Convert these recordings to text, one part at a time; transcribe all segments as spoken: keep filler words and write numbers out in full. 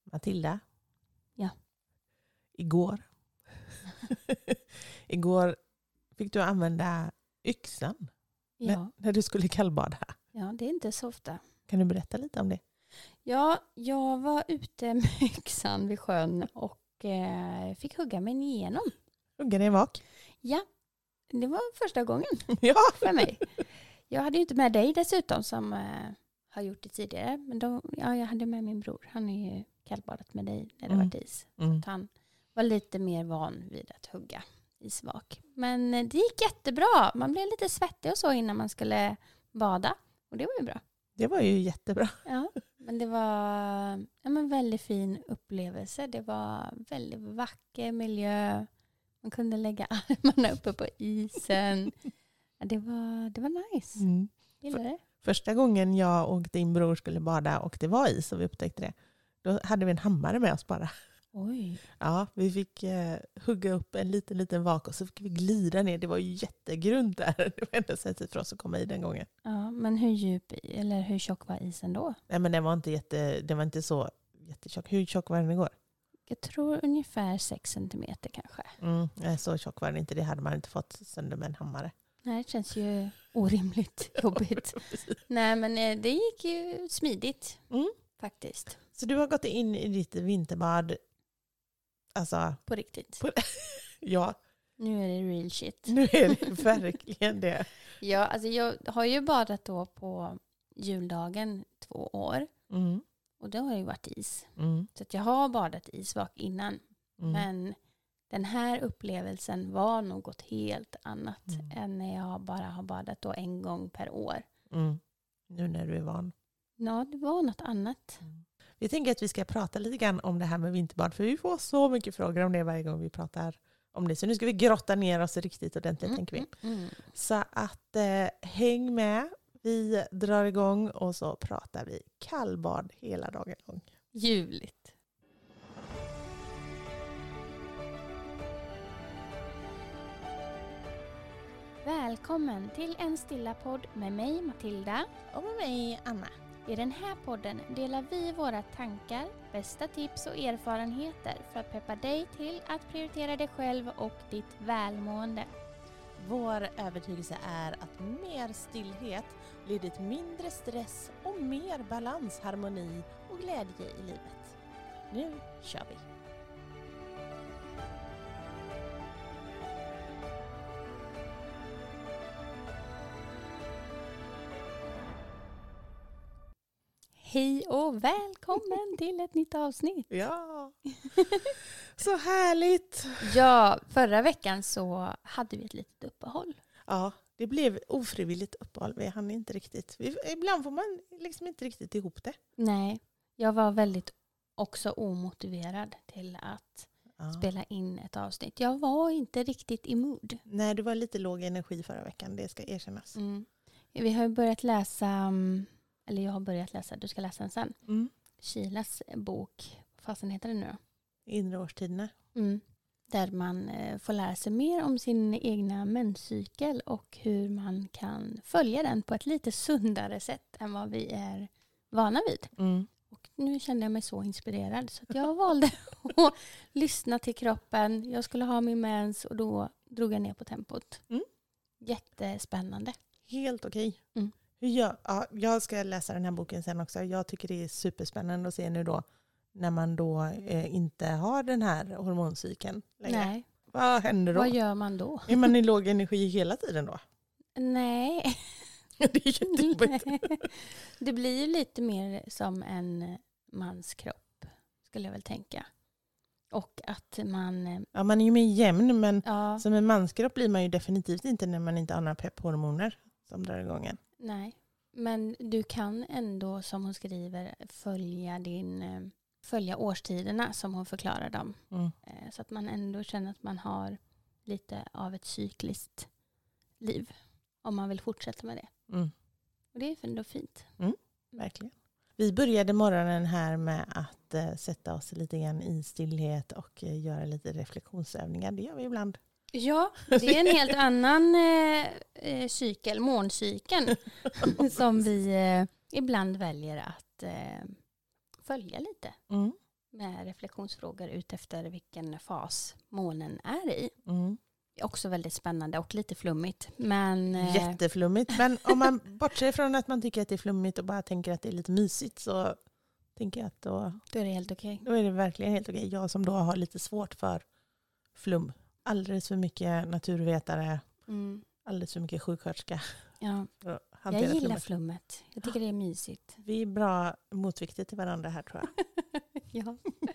Matilda. Ja. Igår. Igår fick du använda yxan Ja. när, när du skulle kallbada. ja, det är inte så ofta. Kan du berätta lite om det? Ja, jag var ute med yxan vid sjön och eh, fick hugga mig igenom. Hugga dig vak? Ja, det var första gången Ja. för mig. Jag hade ju inte med dig dessutom som eh, har gjort det tidigare. Men då, ja, jag hade med min bror. Han är ju kallbadat med dig när det Mm. var is. Mm. Så han var lite mer van vid att hugga isvak. Men eh, det gick jättebra. Man blev lite svettig och så innan man skulle bada. Och det var ju bra. Det var ju jättebra. Ja, men det var ja, men väldigt fin upplevelse. Det var väldigt vacker miljö. Man kunde lägga armarna uppe på isen. Ja, det var, det var nice. Mm. Gillar det. Första gången jag och din bror skulle bada och det var is och vi upptäckte det, då hade vi en hammare med oss bara. Oj. Ja, vi fick eh, hugga upp en liten, liten vak och så fick vi glida ner. Det var ju jättegrunt där. Det var enda sättet för oss att komma i den gången. Ja, men hur djup eller hur tjock var isen då? Nej, men den var inte, jätte, den var inte så jättetjock. Hur tjock var den igår? Jag tror ungefär sex centimeter kanske. Mm, nej, så tjock var den inte. Det hade man inte fått sönder med en hammare. Nej, det känns ju orimligt jobbigt. Nej, men eh, det gick ju smidigt Mm. faktiskt. Så du har gått in i ditt vinterbad. Alltså, På riktigt. På- ja, Nu är det real shit. nu är det verkligen det. Ja, alltså jag har ju badat då på juldagen två år. Mm, Och då har det ju varit is. mm, Så att jag har badat isvak innan. mm. Men den här upplevelsen var något helt annat Mm. än när jag bara har badat då en gång per år. Mm. Nu när du är van. Ja, det var något annat. Vi tänker att vi ska prata lite grann om det här med vinterbad. För vi får så mycket frågor om det varje gång vi pratar om det. Så nu ska vi grotta ner oss riktigt ordentligt, tänker vi. Mm, mm. Så att eh, häng med. Vi drar igång och så pratar vi kallbad hela dagen lång. Ljuvligt. Välkommen till en stilla podd med mig Matilda. Och med mig Anna. I den här podden delar vi våra tankar, bästa tips och erfarenheter för att peppa dig till att prioritera dig själv och ditt välmående. Vår övertygelse är att mer stillhet leder till mindre stress och mer balans, harmoni och glädje i livet. Nu kör vi! Hej och välkommen till ett nytt avsnitt. Ja, så härligt! Ja, förra veckan så hade vi ett litet uppehåll. Ja, det blev ofrivilligt uppehåll. Vi hann inte riktigt. Vi, ibland får man liksom inte riktigt ihop det. Nej, jag var väldigt också omotiverad till att Ja. spela in ett avsnitt. Jag var inte riktigt i mood. Nej, du var lite låg energi förra veckan. Det ska erkännas. Mm. Vi har ju börjat läsa, eller jag har börjat läsa, du ska läsa den sen. Mm. Kilas bok, vad fasen heter den nu då? Inre årstiderna. Mm. Där man eh, får lära sig mer om sin egna menscykel och hur man kan följa den på ett lite sundare sätt än vad vi är vana vid. Mm. Och nu kände jag mig så inspirerad så att jag valde att lyssna till kroppen. Jag skulle ha min mens och då drog jag ner på tempot. Mm. Jättespännande. Helt okej. Mm. Hur gör- ja, jag ska läsa den här boken sen också. Jag tycker det är superspännande att se nu då när man då eh, inte har den här hormoncykeln längre. Nej, Vad händer då? vad gör man då? Är man i låg energi hela tiden då? Nej. Det är jättejobbigt. Det blir ju lite mer som en mans kropp, skulle jag väl tänka. Och att man... Ja, man är ju mer jämn, men Ja, som en manskropp blir man ju definitivt inte när man inte har några pepphormoner som drar igång en. nej. Men du kan ändå, som hon skriver, följa din... eh, följa årstiderna som hon förklarar dem. Mm. Eh, Så att man ändå känner att man har lite av ett cykliskt liv. Om man vill fortsätta med det. Mm. Och det är ändå fint. Verkligen. Vi började morgonen här med att eh, sätta oss lite grann i stillhet och eh, göra lite reflektionsövningar. Det gör vi ibland. Ja, det är en helt annan eh, eh, cykel, måncykeln, som vi eh, ibland väljer att eh, följa lite. Mm. Men reflektionsfrågor ut efter vilken fas månen är i. Mm. Också väldigt spännande och lite flummigt. Men, eh, Jätteflummigt. Men om man bortser från att man tycker att det är flummigt och bara tänker att det är lite mysigt, så tänker jag att då, då är det helt okej. då är det verkligen helt okej. Jag som då har lite svårt för flum. Alldeles för mycket naturvetare. Mm. Alldeles för mycket sjuksköterska. Ja. Jag gillar flummet. flummet. Jag tycker det är mysigt. Vi är bra motvikter till varandra här, tror jag. Ja.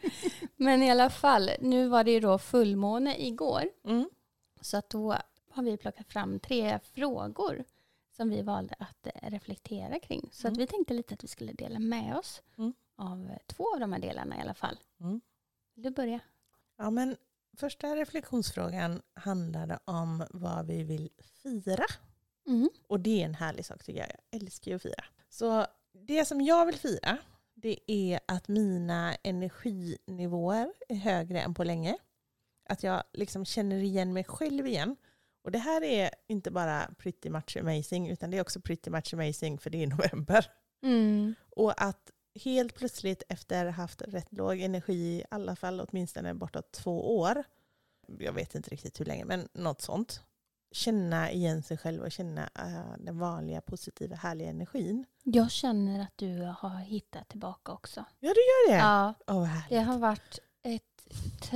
Men i alla fall, nu var det ju då fullmåne igår. Mm. Så att då har vi plockat fram tre frågor som vi valde att reflektera kring. Så Mm. att vi tänkte lite att vi skulle dela med oss Mm. av två av de här delarna i alla fall. Mm. Vill du börja? Ja, men första reflektionsfrågan handlade om vad vi vill fira. Mm. Och det är en härlig sak, tycker jag. Jag älskar ju att fira. Så det som jag vill fira, det är att mina energinivåer är högre än på länge. Att jag liksom känner igen mig själv igen. Och det här är inte bara pretty much amazing, utan det är också pretty much amazing för det är november. Mm. Och att helt plötsligt efter haft rätt låg energi, i alla fall åtminstone bortåt två år, jag vet inte riktigt hur länge, men något sånt, känna igen sig själv och känna uh, den vanliga positiva härliga energin. Jag känner att du har hittat tillbaka också. Ja, du gör det? Ja, Oh, härligt. det har varit ett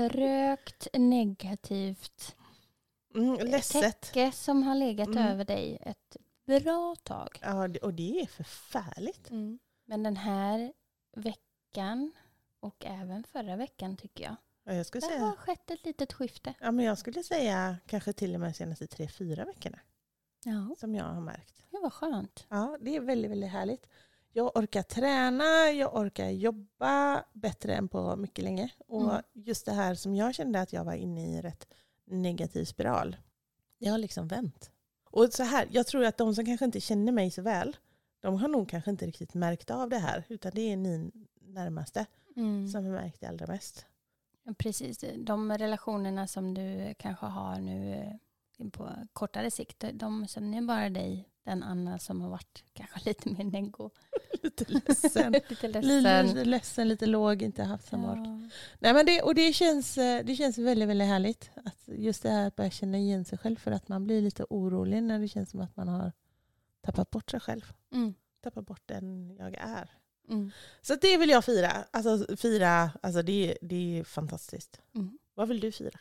trögt, negativt Mm, ledset. täcke som har legat Mm. över dig ett bra tag. Ja, det- och det är förfärligt. Mm. Men den här veckan och även förra veckan tycker jag. Ja, jag skulle Det säga, har skett ett litet skifte. ja, men jag skulle säga kanske till och med de senaste tre, fyra veckorna Ja, som jag har märkt. det var skönt. Ja, det är väldigt, väldigt härligt. Jag orkar träna, jag orkar jobba bättre än på mycket länge. Och Mm. just det här som jag kände att jag var inne i rätt negativ spiral, det har liksom vänt. Och så här, jag tror att de som kanske inte känner mig så väl, de har nog kanske inte riktigt märkt av det här, utan det är ni närmaste Mm. som har märkt det allra mest. Ja, precis, de relationerna som du kanske har nu eh, på kortare sikt, de känner bara dig, den Anna som har varit kanske lite mer neggo. Lite ledsen. lite ledsen. Lite ledsen, lite låg, inte haft samma ork. Ja. Nej, men det, och det känns, det känns väldigt, väldigt härligt. Att just det här att börja känna igen sig själv, för att man blir lite orolig när det känns som att man har tappat bort sig själv. Mm. Tappat bort den jag är. Mm. Så det vill jag fira. Alltså fira, alltså det, det är fantastiskt. Mm. Vad vill du fira?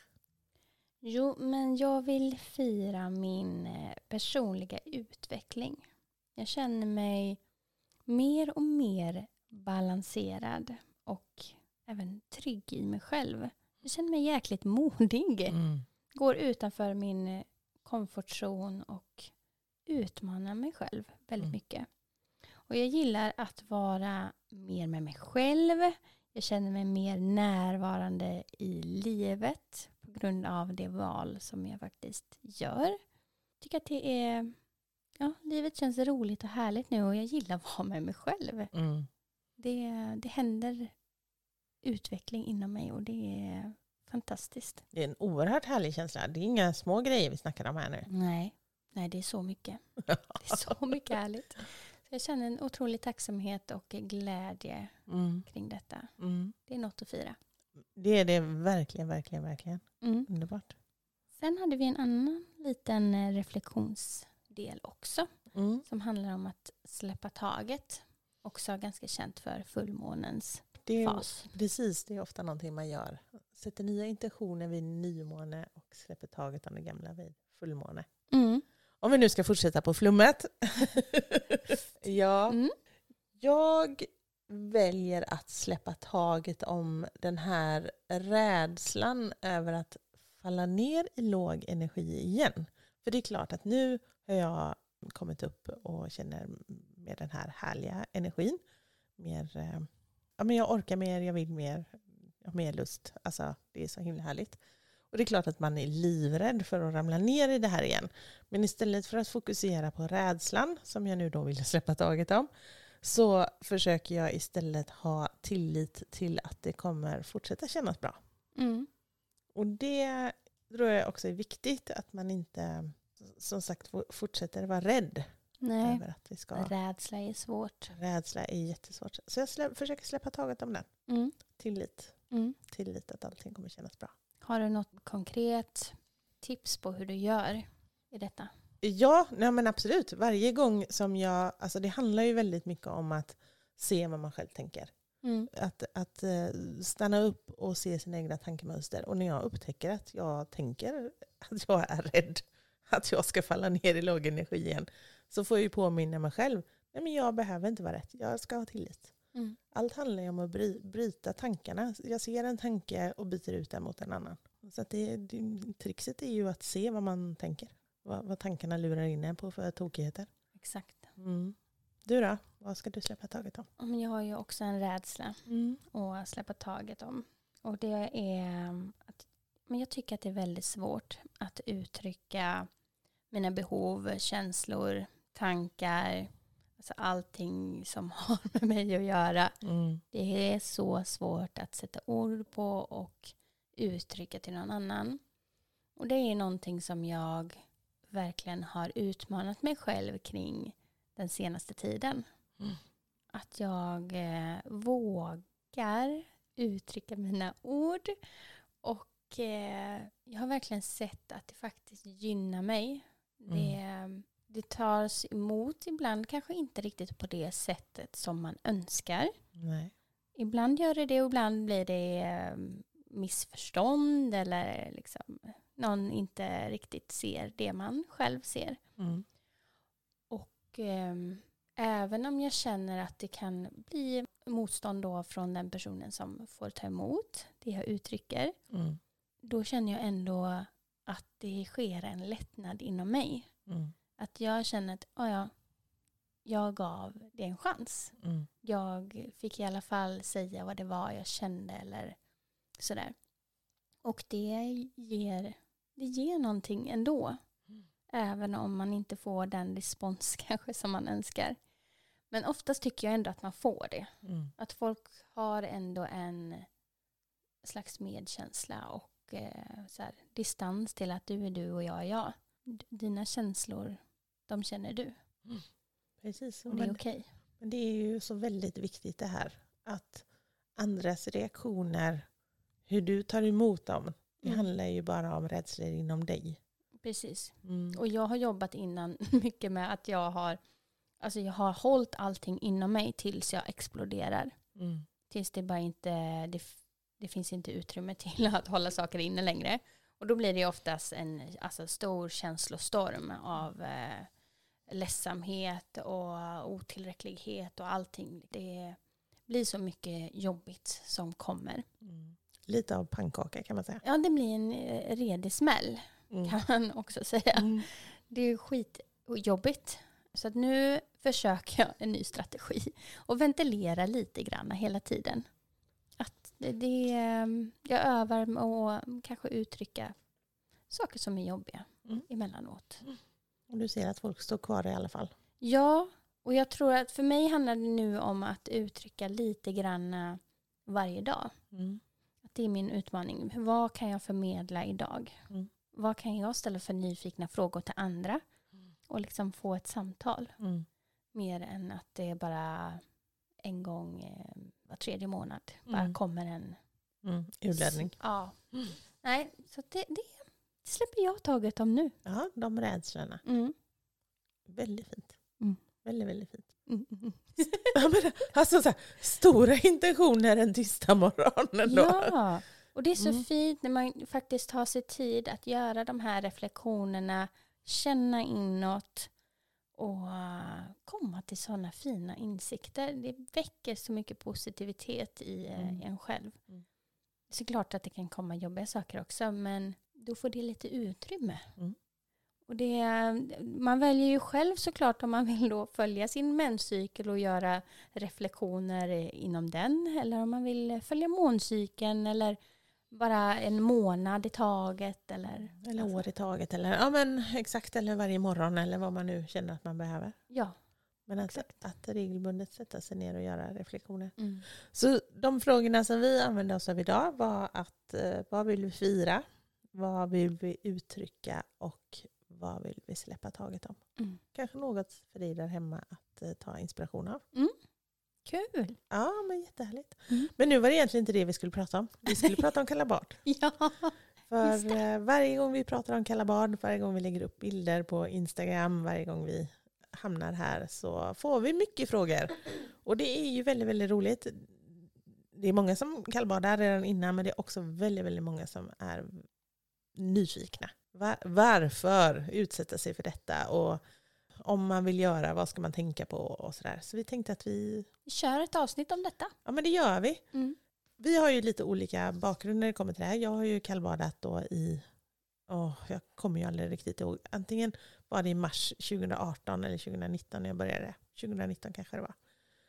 Jo, men jag vill fira min eh, personliga utveckling. Jag känner mig mer och mer balanserad och även trygg i mig själv. Jag känner mig jäkligt modig. Mm. Går utanför min eh, komfortzon och utmanar mig själv väldigt Mm. mycket. Och jag gillar att vara mer med mig själv. Jag känner mig mer närvarande i livet på grund av det val som jag faktiskt gör. Jag tycker att det är, ja, livet känns roligt och härligt nu och jag gillar att vara med mig själv. Mm. Det, det händer utveckling inom mig och det är fantastiskt. Det är en oerhört härlig känsla. Det är inga små grejer vi snackar om här nu. Nej, nej det är så mycket. Det är så mycket härligt. Så jag känner en otrolig tacksamhet och glädje Mm. kring detta. Mm. Det är något att fira. Det är det verkligen, verkligen, verkligen. Mm. Underbart. Sen hade vi en annan liten eh, reflektionsdel också. Mm. Som handlar om att släppa taget. Också ganska känt för fullmånens Det är, fas. precis, det är ofta någonting man gör. Sätter nya intentioner vid nymåne och släpper taget om det gamla vid fullmåne. Mm. Om vi nu ska fortsätta på flummet. ja, Mm. jag väljer att släppa taget om den här rädslan över att falla ner i låg energi igen. För det är klart att nu har jag kommit upp och känner med den här härliga energin. Mer, eh, ja, men jag orkar mer, jag vill mer, jag har mer lust. Alltså, det är så himla härligt. Och det är klart att man är livrädd för att ramla ner i det här igen. Men istället för att fokusera på rädslan, som jag nu då vill släppa taget om, så försöker jag istället ha tillit till att det kommer fortsätta kännas bra. Mm. Och det tror jag också är viktigt, att man inte, som sagt, fortsätter vara rädd. Nej, Över att vi ska. rädsla är svårt. Rädsla är jättesvårt. Så jag slä, försöker släppa taget om den. Mm. Tillit. Mm. Tillit att allting kommer kännas bra. Har du något konkret tips på hur du gör i detta? Ja, nej men absolut. Varje gång som jag... Alltså det handlar ju väldigt mycket om att se vad man själv tänker. Mm. Att, att stanna upp och se sina egna tankemönster. Och när jag upptäcker att jag tänker att jag är rädd att jag ska falla ner i låg energi igen, så får jag ju påminna mig själv. Nej, men jag behöver inte vara rätt. Jag ska ha tillit. Mm. Allt handlar ju om att bry, bryta tankarna. Jag ser en tanke och byter ut den mot en annan. Så att det, det, trixet är ju att se vad man tänker. Vad, vad tankarna lurar in en på för tokigheter. Exakt. Mm. Du då? Vad ska du släppa taget om? Ja, men jag har ju också en rädsla Mm. att släppa taget om. Och det är att men jag tycker att det är väldigt svårt att uttrycka mina behov, känslor, tankar. Alltså allting som har med mig att göra. Mm. Det är så svårt att sätta ord på och uttrycka till någon annan. Och det är någonting som jag verkligen har utmanat mig själv kring den senaste tiden. Mm. Att jag eh, vågar uttrycka mina ord. Och eh, jag har verkligen sett att det faktiskt gynnar mig. Mm. Det, det tas emot ibland kanske inte riktigt på det sättet som man önskar. Nej. Ibland gör det det och ibland blir det eh, missförstånd eller liksom någon inte riktigt ser det man själv ser. Mm. Och eh, även om jag känner att det kan bli motstånd då från den personen som får ta emot det jag uttrycker, Mm. då känner jag ändå att det sker en lättnad inom mig. Mm. Att jag känner att oh ja, jag gav det en chans. Mm. Jag fick i alla fall säga vad det var jag kände eller sådär. Och det ger, det ger någonting ändå. Mm. Även om man inte får den respons kanske som man önskar. Men oftast tycker jag ändå att man får det. Mm. Att folk har ändå en slags medkänsla och eh, så här, distans till att du är du och jag är jag. D- dina känslor, de känner du. Mm. Precis. Och det är Men, okej. men det är ju så väldigt viktigt det här. Att andras reaktioner, hur du tar emot dem, det Mm. handlar ju bara om rädslor inom dig. Precis. Mm. Och jag har jobbat innan mycket med att jag har, alltså jag har hållit allting inom mig tills jag exploderar. Mm. Tills det bara inte, det, det finns inte utrymme till att hålla saker inne längre. Och då blir det oftast en alltså, stor känslostorm av eh, ledsamhet och otillräcklighet och allting. Det blir så mycket jobbigt som kommer. Mm. Lite av pannkaka kan man säga. Ja, det blir en eh, redig smäll Mm. kan man också säga. Mm. Det är skitjobbigt. Så att nu försöker jag en ny strategi. Och ventilera lite grann hela tiden. Att det, det, jag övar med att kanske uttrycka saker som är jobbiga Mm. emellanåt. Och du ser att folk står kvar i alla fall. Ja, och jag tror att för mig handlar det nu om att uttrycka lite grann varje dag. Mm. Att det är min utmaning. Vad kan jag förmedla idag? Mm. Vad kan jag ställa för nyfikna frågor till andra? Mm. Och liksom få ett samtal. Mm. Mer än att det är bara en gång eh, var tredje månad. Bara Mm. kommer en... Mm. Urladdning. Ja. Mm. Nej, så det, det släpper jag taget om nu. Ja, de rädslorna. Mm. Väldigt fint. Mm. Väldigt, väldigt fint. Mm. Mm. Ja, men, alltså så här, stora intentioner en tisdag morgon ändå. Ja, och det är så Mm. fint när man faktiskt tar sig tid att göra de här reflektionerna, känna inåt och komma till sådana fina insikter. Det väcker så mycket positivitet i eh, Mm. en själv. Mm. Det är klart att det kan komma jobbiga saker också, men då får det lite utrymme. Mm. Och det, man väljer ju själv såklart om man vill då följa sin menscykel och göra reflektioner inom den. Eller om man vill följa måncykeln eller bara en månad i taget. Eller, Eller alltså, år i taget. Eller, ja, men exakt, eller varje morgon eller vad man nu känner att man behöver. Ja. Men att, att regelbundet sätta sig ner och göra reflektioner. Mm. Så de frågorna som vi använde oss av idag var att eh, vad vill vi fira? Vad vill vi uttrycka? Och vad vill vi släppa taget om? Mm. Kanske något för dig där hemma att eh, ta inspiration av. Mm. Kul. Ja, men jättehärligt. Mm. Men nu var det egentligen inte det vi skulle prata om. Vi skulle prata om kalla bad. Ja. För eh, varje gång vi pratar om kalla bad, varje gång vi lägger upp bilder på Instagram, varje gång vi hamnar här så får vi mycket frågor. Och det är ju väldigt, väldigt roligt. Det är många som kallbadar redan innan, men det är också väldigt, väldigt många som är nyfikna. Var, varför utsätta sig för detta? Och om man vill göra, vad ska man tänka på? Och sådär. Så vi tänkte att vi... Vi kör ett avsnitt om detta. Ja, men det gör vi. Mm. Vi har ju lite olika bakgrund när det kommer till det här. Jag har ju kallbadat då i... Oh, jag kommer ju aldrig riktigt ihåg. Antingen var det i mars tjugoarton eller tjugonitton när jag började. tjugonitton kanske det var.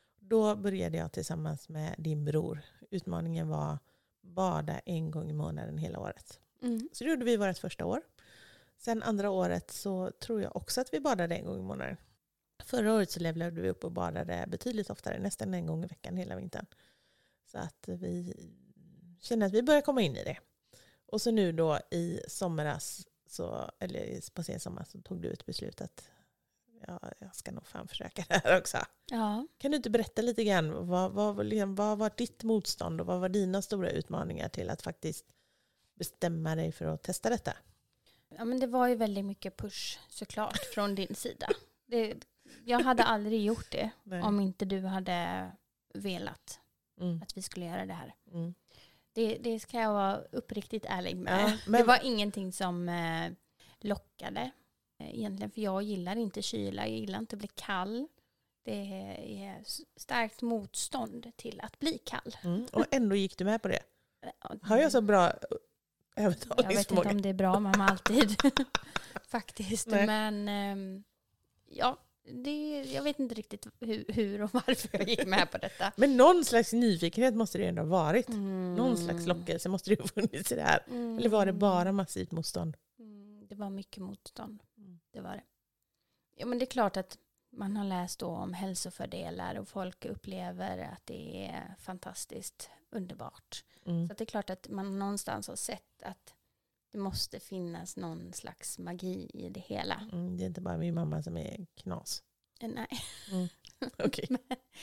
Då började jag tillsammans med din bror. Utmaningen var bada en gång i månaden hela året. Mm. Så det gjorde vi vårt första år. Sen andra året så tror jag också att vi badade en gång i månaden. Förra året så levlade vi upp och badade betydligt oftare. Nästan en gång i veckan hela vintern. Så att vi känner att vi börjar komma in i det. Och så nu då i somras, så, eller på sen sommar så tog du ett beslut att ja, jag ska nog fan försöka det här också. Ja. Kan du inte berätta lite grann, vad, vad, vad var ditt motstånd och vad var dina stora utmaningar till att faktiskt bestämma dig för att testa detta? Ja, men det var ju väldigt mycket push såklart från din sida. Det, jag hade aldrig gjort det Nej. om inte du hade velat Mm. att vi skulle göra det här. Mm. Det, det ska jag vara uppriktigt ärlig med. Ja, men... Det var ingenting som eh, lockade eh, egentligen, för jag gillar inte kyla, jag gillar inte att bli kall. Det är starkt motstånd till att bli kall. Mm. Och ändå gick du med på det. Ja, Har jag så bra jag vet övertalningsförmåga? inte om det är bra, man har alltid faktiskt. Nej. Men eh, ja, det, jag vet inte riktigt hur, hur och varför jag gick med på detta. Men någon slags nyfikenhet måste det ändå ha varit. Mm. Någon slags lockelse måste det ha funnits i det här. Mm. Eller var det bara massivt motstånd? Mm, det var mycket motstånd. Mm. Det var det. Ja, men det är klart att man har läst då om hälsofördelar och folk upplever att det är fantastiskt underbart. Mm. Så att det är klart att man någonstans har sett att det måste finnas någon slags magi i det hela. Mm, det är inte bara min mamma som är knas. Eh, Nej. Mm. Okay. men,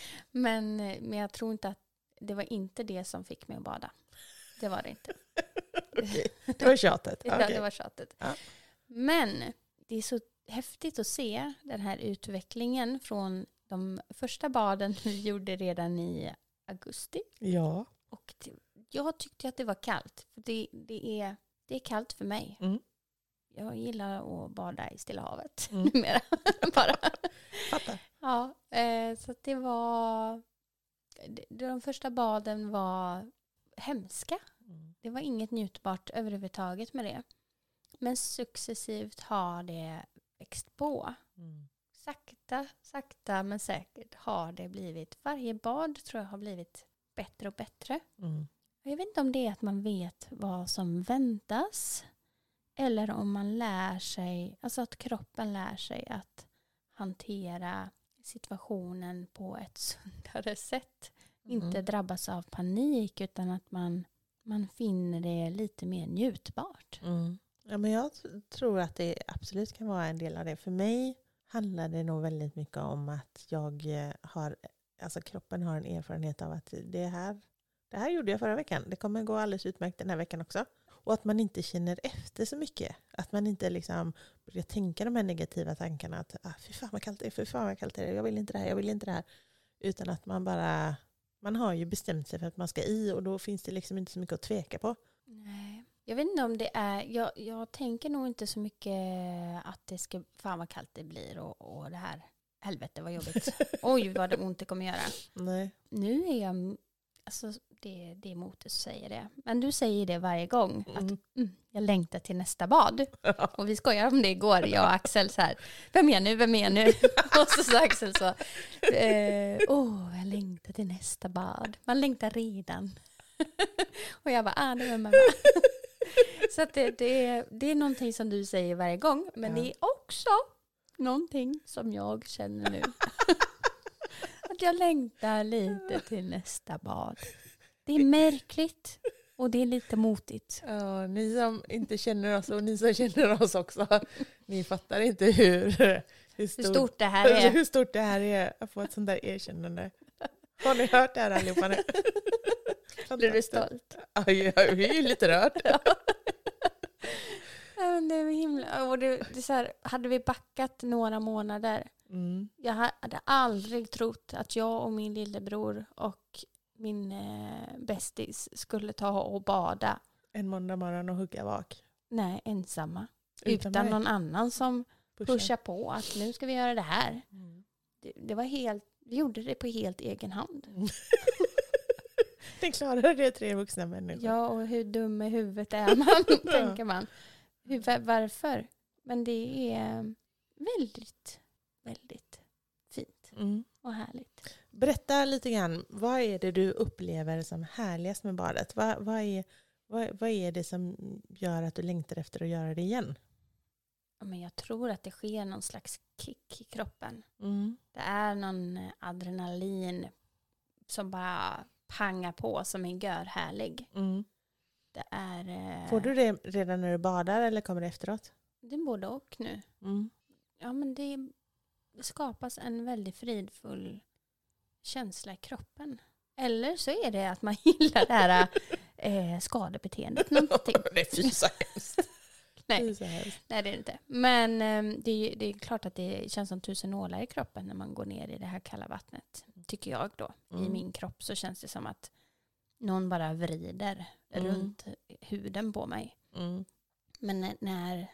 men, men jag tror inte att det var inte det som fick mig att bada. Det var det inte. Okay. Det var tjatet. Ja, Okay. det var tjatet. Ja. Men det är så häftigt att se den här utvecklingen från de första baden vi gjorde redan i augusti. Ja. Och det, jag tyckte att det var kallt. För det, det, är, det är kallt för mig. Mm. Jag gillar att bada i Stilla havet Mm. numera. Bara. Fattar. Ja, eh, så att det var... De, de första baden var hemska. Mm. Det var inget njutbart överhuvudtaget med det. Men successivt har det växt på. Mm. Sakta, sakta men säkert har det blivit. Varje bad tror jag har blivit bättre och bättre. Mm. Jag vet inte om det är att man vet vad som väntas. Eller om man lär sig, alltså att kroppen lär sig att hantera situationen på ett sundare sätt. Mm. Inte drabbas av panik utan att man, man finner det lite mer njutbart. Mm. Ja, men jag t- tror att det absolut kan vara en del av det. För mig handlar det nog väldigt mycket om att jag eh, har, alltså kroppen har en erfarenhet av att det här, det här gjorde jag förra veckan. Det kommer gå alldeles utmärkt den här veckan också. Och att man inte känner efter så mycket. Att man inte liksom börjar tänka de här negativa tankarna. Att ah, fy fan vad kallt det är, fy fan vad kallt det är. Jag vill inte det här, jag vill inte det här. Utan att man bara, man har ju bestämt sig för att man ska i. Och då finns det liksom inte så mycket att tveka på. Nej. Jag vet inte om det är, jag, jag tänker nog inte så mycket att det ska, fan vad kallt det blir och, och det här, helvete vad jobbigt. Oj vad det ont det kommer göra. Nej. Nu är jag, alltså det, det är motigt att säga det. Men du säger det varje gång. Mm. Att mm, jag längtar till nästa bad. Och vi skojar om det igår, jag och Axel så här. Vem är nu, vem är nu? Och så sa Axel så. Eh, oh, jag längtar till nästa bad. Man längtar redan. Och jag bara, ah det var mamma. Så att det, det, är, det är någonting som du säger varje gång. Men Ja. det är också någonting som jag känner nu. Att jag längtar lite till nästa bad. Det är märkligt och det är lite motigt. Ja, ni som inte känner oss och ni som känner oss också. Ni fattar inte hur, hur, Hur stort, stort det här är. hur stort det här är att få ett sånt där erkännande. Har ni hört det här allihopa nu? Blir du stolt? Ja, jag är ju lite rörd. Ja. Ja, men det är himla... Och det, det är så här, hade vi backat några månader, Mm. jag hade aldrig trott att jag och min lillebror och min eh, bästis skulle ta och bada. En måndag morgon och hugga bak. Nej, ensamma. Utan Utan mig. någon annan som Pusha. pushar på att nu ska vi göra det här. Mm. Det, det var helt... Vi gjorde det på helt egen hand. Den klarade det tre vuxna människor. Ja, och hur dum i huvudet är man, tänker man. Hur, var- varför? Men det är väldigt, väldigt fint Mm. och härligt. Berätta lite grann, vad är det du upplever som härligast med badet? Vad, vad, är, vad, vad är det som gör att du längtar efter att göra det igen? Ja, men jag tror att det sker någon slags kick i kroppen. Mm. Det är någon adrenalin som bara pangar på som är görhärlig. Mm. Det är... eh, Får du det redan när du badar eller kommer det efteråt? Det är både och nu. Mm. Ja, men det, det skapas en väldigt fridfull känsla i kroppen. Eller så är det att man gillar det här eh, skadebeteendet. Någonting. Det är fy så hemskt. Nej. Fy så hemskt. Nej, det är det inte. Men eh, det, är, det är klart att det känns som tusen nålar i kroppen när man går ner i det här kalla vattnet. Tycker jag då. I Mm. min kropp så känns det som att någon bara vrider Mm. runt huden på mig. Mm. Men när, när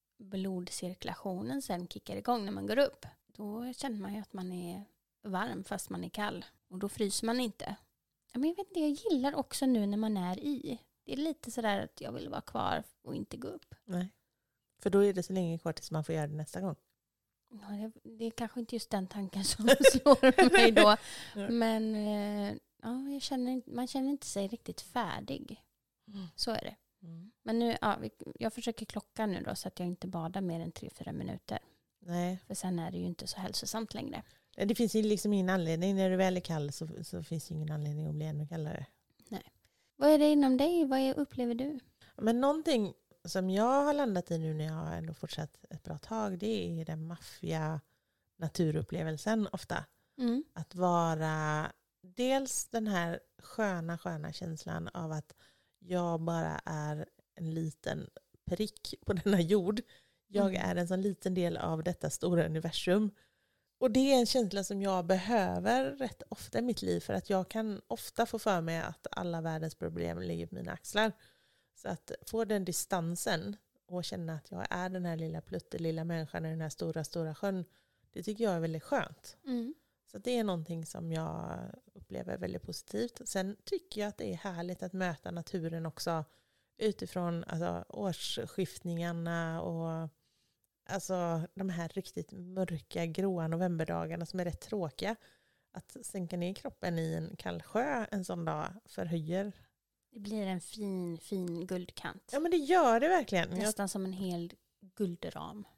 blodcirkulationen sen kickar igång när man går upp, då känner man ju att man är varm fast man är kall. Och då fryser man inte. Men jag vet inte, jag gillar också nu när man är i. Det är lite sådär att jag vill vara kvar och inte gå upp. Nej. För då är det så länge kvar tills man får göra det nästa gång. Ja, det, det är kanske inte just den tanken som slår mig då. Ja. Men eh, ja, jag känner, inte- man känner inte sig riktigt färdig. Mm. Så är det. Mm. Men nu, ja, vi, jag försöker klocka nu då så att jag inte badar mer än tre fyra minuter. Nej. För sen är det ju inte så hälsosamt längre. Det finns ju liksom ingen anledning. När du väl är kall så, så finns det ingen anledning att bli ännu kallare. Vad är det inom dig? Vad är, upplever du? Men någonting som jag har landat i nu när jag har ändå fortsatt ett bra tag, det är den maffiga naturupplevelsen ofta. Mm. Att vara dels den här sköna, sköna känslan av att jag bara är en liten prick på denna jord. Jag Mm. är en sån liten del av detta stora universum. Och det är en känsla som jag behöver rätt ofta i mitt liv, för att jag kan ofta få för mig att alla världens problem ligger på mina axlar. Så att få den distansen och känna att jag är den här lilla pluttelilla människan i den här stora, stora sjön, det tycker jag är väldigt skönt. Mm. Så det är någonting som jag upplever väldigt positivt. Sen tycker jag att det är härligt att möta naturen också utifrån alltså, årsskiftningarna och alltså, de här riktigt mörka, gråa novemberdagarna som är rätt tråkiga. Att sänka ner kroppen i en kall sjö en sån dag förhöjer. Det blir en fin, fin guldkant. Ja, men det gör det verkligen. Jag, Nästan som en hel guldram.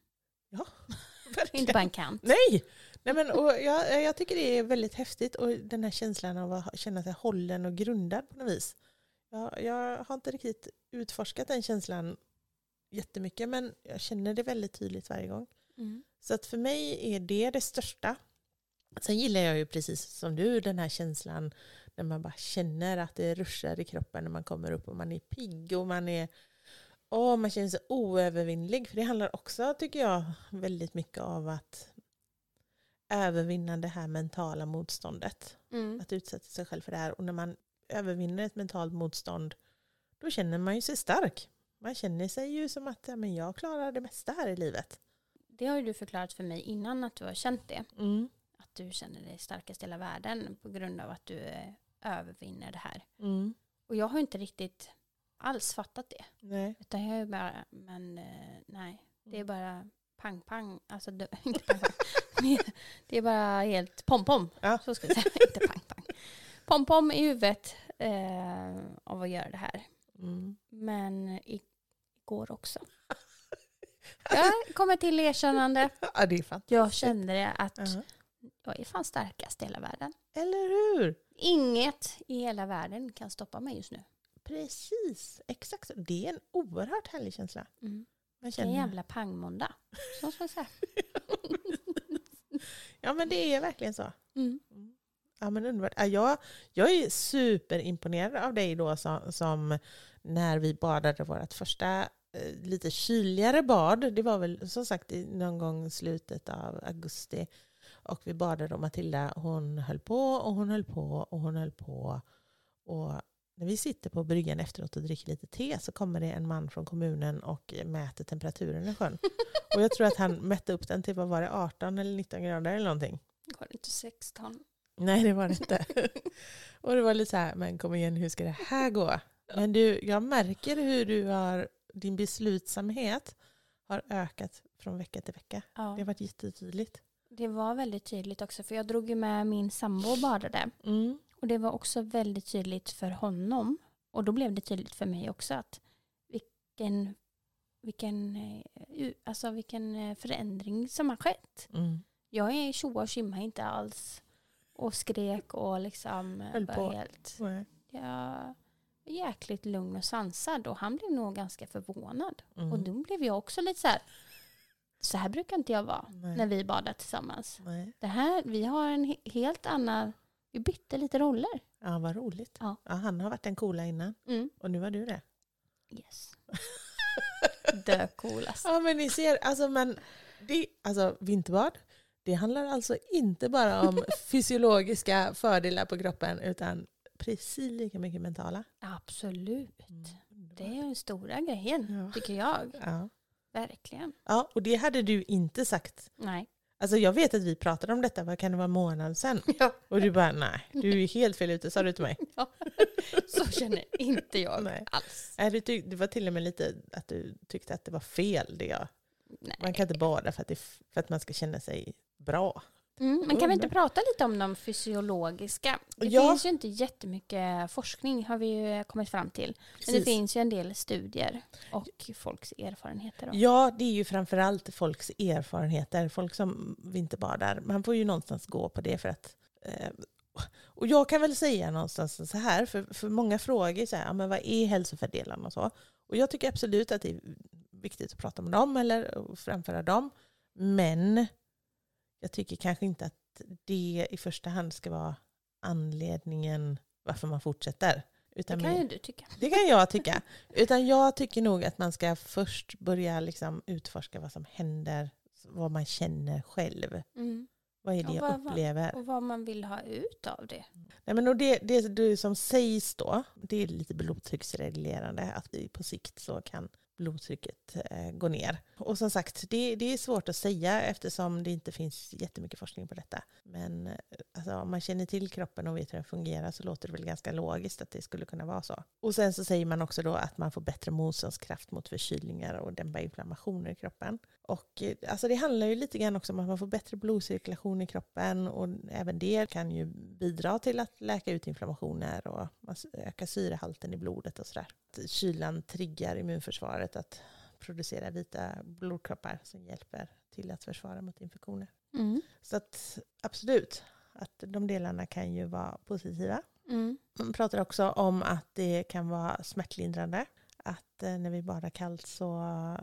verkligen. Inte bara en kant. Nej! Nej men, och jag, jag tycker det är väldigt häftigt, och den här känslan av att känna sig hållen och grundad på något vis. Jag, jag har inte riktigt utforskat den känslan jättemycket, men jag känner det väldigt tydligt varje gång. Mm. Så att för mig är det det största. Sen gillar jag ju precis som du den här känslan när man bara känner att det ruschar i kroppen när man kommer upp och man är pigg och man är åh, man känner sig oövervinnlig. För det handlar också, tycker jag, väldigt mycket av att övervinna det här mentala motståndet. Mm. Att utsätta sig själv för det här. Och när man övervinner ett mentalt motstånd, då känner man ju sig stark. Man känner sig ju som att ja, men jag klarar det mesta här i livet. Det har ju du förklarat för mig innan att du har känt det. Mm. Att du känner dig starkast i hela världen på grund av att du eh, övervinner det här. Mm. Och jag har inte riktigt alls fattat det. Nej. Utan jag är bara, men eh, nej. Det är bara pang pang. Alltså det, inte pang pang. Det- det är bara helt pom pom. Ja. Så ska vi säga, inte pang pang. Pom pom i huvudet eh, av att göra det här. Mm. Men i- igår också. Jag kommer till erkännande. Ja, det är fantastiskt. Jag kände det att Ja. jag är fan starkast i hela världen. Eller hur? Inget i hela världen kan stoppa mig just nu. Precis, exakt så. Det är en oerhört härlig känsla. Mm. Man En känner... jävla pangmåndag. Så ska jag säga. Ja, men det är verkligen så. Mm. Mm. Ja, men underbart. Ja, jag, jag är superimponerad av dig då som, som när vi badade vårt första eh, lite kyligare bad. Det var väl som sagt i någon gång i slutet av augusti. Och vi badade och Matilda, hon höll på och hon höll på och hon höll på. Och när vi sitter på bryggan efteråt och dricker lite te så kommer det en man från kommunen och mäter temperaturen i sjön. Och jag tror att han mätte upp den till, vad var det, arton eller nitton grader eller någonting. Var det inte sexton? Nej, det var det inte. Och det var lite så här, men kom igen, hur ska det här gå? Men du, jag märker hur du har, din beslutsamhet har ökat från vecka till vecka. Ja. Det har varit jättetydligt. Det var väldigt tydligt också, för jag drog ju med min sambo och badade. Mm. Och det var också väldigt tydligt för honom. Och då blev det tydligt för mig också att vilken, vilken, eh, alltså vilken eh, förändring som har skett. Mm. Jag är tjoa och tjimma inte alls. Och skrek och liksom Höll var på. helt... Nej. Jag var jäkligt lugn och sansad. Och han blev nog ganska förvånad. Mm. Och då blev jag också lite så här... Så här brukar inte jag vara Nej. när vi badar tillsammans. Nej. Det här, vi har en he- helt annan... Vi bytte lite roller. Ja, vad roligt. Ja. Ja, han har varit den coola innan. Mm. Och nu var du det. Yes. Det coolaste. Ja, men ni ser, alltså, men det, alltså vinterbad, det handlar alltså inte bara om fysiologiska fördelar på kroppen utan precis lika mycket mentala. Absolut. Mm. Det är den stora grejen, Ja. tycker jag. Ja. Verkligen. Ja, och det hade du inte sagt. Nej. Alltså jag vet att vi pratade om detta, vad kan det vara, månad sedan? Ja. Och du bara, nej, du är helt fel ute, sa du till mig. Ja. Så känner inte jag Nej. alls. Nej, du tyck, det var till och med lite att du tyckte att det var fel det jag. Nej. Man kan inte bada för att, det, för att man ska känna sig bra. Mm, men kan vi inte prata lite om de fysiologiska? Det Ja. finns ju inte jättemycket forskning, har vi ju kommit fram till. Men det Precis. finns ju en del studier och folks erfarenheter. Då. Ja, det är ju framförallt folks erfarenheter. Folk som vinterbadar. Man får ju någonstans gå på det för att... Eh, och jag kan väl säga någonstans så här, för, för många frågor så här, ja, men vad är hälsofördelarna och så. Och jag tycker absolut att det är viktigt att prata om dem eller framföra dem. Men jag tycker kanske inte att det i första hand ska vara anledningen varför man fortsätter. Utan Det kan mer- ju du tycka. Det kan jag tycka. Utan jag tycker nog att man ska först börja liksom utforska vad som händer, vad man känner själv. Mm. Vad är det Och jag vad- vad- upplever? Och vad man vill ha ut av det. Nej, men och det, det, det som sägs då, det är lite blodtrycksreglerande. Att vi på sikt så kan blodtrycket eh, gå ner. Och som sagt, det, det är svårt att säga eftersom det inte finns jättemycket forskning på detta. Men eh, alltså, om man känner till kroppen och vet hur den fungerar så låter det väl ganska logiskt att det skulle kunna vara så. Och sen så säger man också då att man får bättre motståndskraft mot förkylningar och dämpa inflammationer i kroppen. Och eh, alltså det handlar ju lite grann också om att man får bättre blodcirkulation i kroppen och även det kan ju bidra till att läka ut inflammationer och öka syrehalten i blodet och sådär. Kylan triggar immunförsvaret att producera vita blodkroppar som hjälper till att försvara mot infektioner. Mm. Så att absolut, att de delarna kan ju vara positiva. Mm. Man pratar också om att det kan vara smärtlindrande. Att eh, när vi badar kallt så,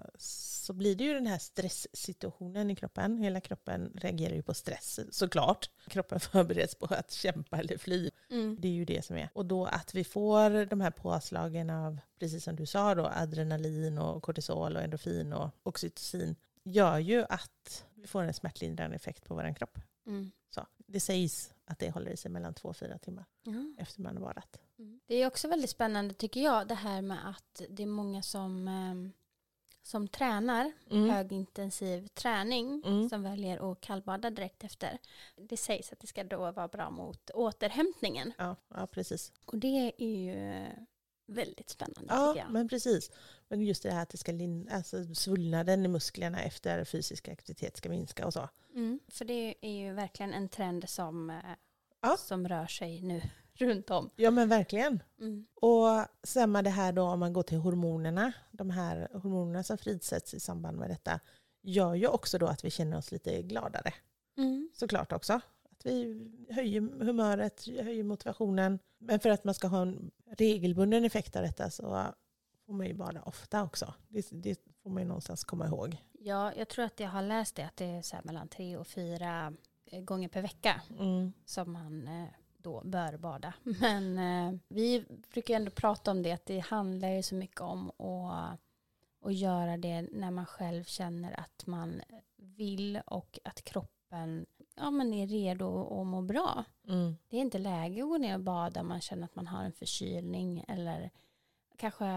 så blir det ju den här stresssituationen i kroppen. Hela kroppen reagerar ju på stress, såklart. Kroppen förbereds på att kämpa eller fly. Mm. Det är ju det som är. Och då att vi får de här påslagen av, precis som du sa då, adrenalin och kortisol och endorfin och oxytocin gör ju att vi får en smärtlindrande effekt på vår kropp. Mm. Så det sägs att det håller i sig mellan två och fyra timmar Ja. efter man har badat. Mm. Det är också väldigt spännande tycker jag, det här med att det är många som, eh, som tränar Mm. högintensiv träning Mm. som väljer att kallbada direkt efter. Det sägs att det ska då vara bra mot återhämtningen. Ja, ja, precis. Och det är ju väldigt spännande Ja, tycker jag. men precis. Men just det här att det ska lin- alltså svullnaden i musklerna efter fysisk aktivitet ska minska och så. Mm. För det är ju verkligen en trend som, eh, Ja. som rör sig nu runt om. Ja, men verkligen. Mm. Och samma det här då om man går till hormonerna. De här hormonerna som frisätts i samband med detta gör ju också då att vi känner oss lite gladare. Mm. Såklart också. Att vi höjer humöret, höjer motivationen. Men för att man ska ha en regelbunden effekt av detta så får man ju bada ofta också. Det, det får man ju någonstans komma ihåg. Ja, jag tror att jag har läst det att det är så här mellan tre och fyra eh, gånger per vecka Mm. som man eh, då bör bada. Men eh, vi brukar ändå prata om det, att det handlar ju så mycket om att, att göra det när man själv känner att man vill och att kroppen ja, men är redo och må bra. Mm. Det är inte läge att gå ner och bada om man känner att man har en förkylning eller kanske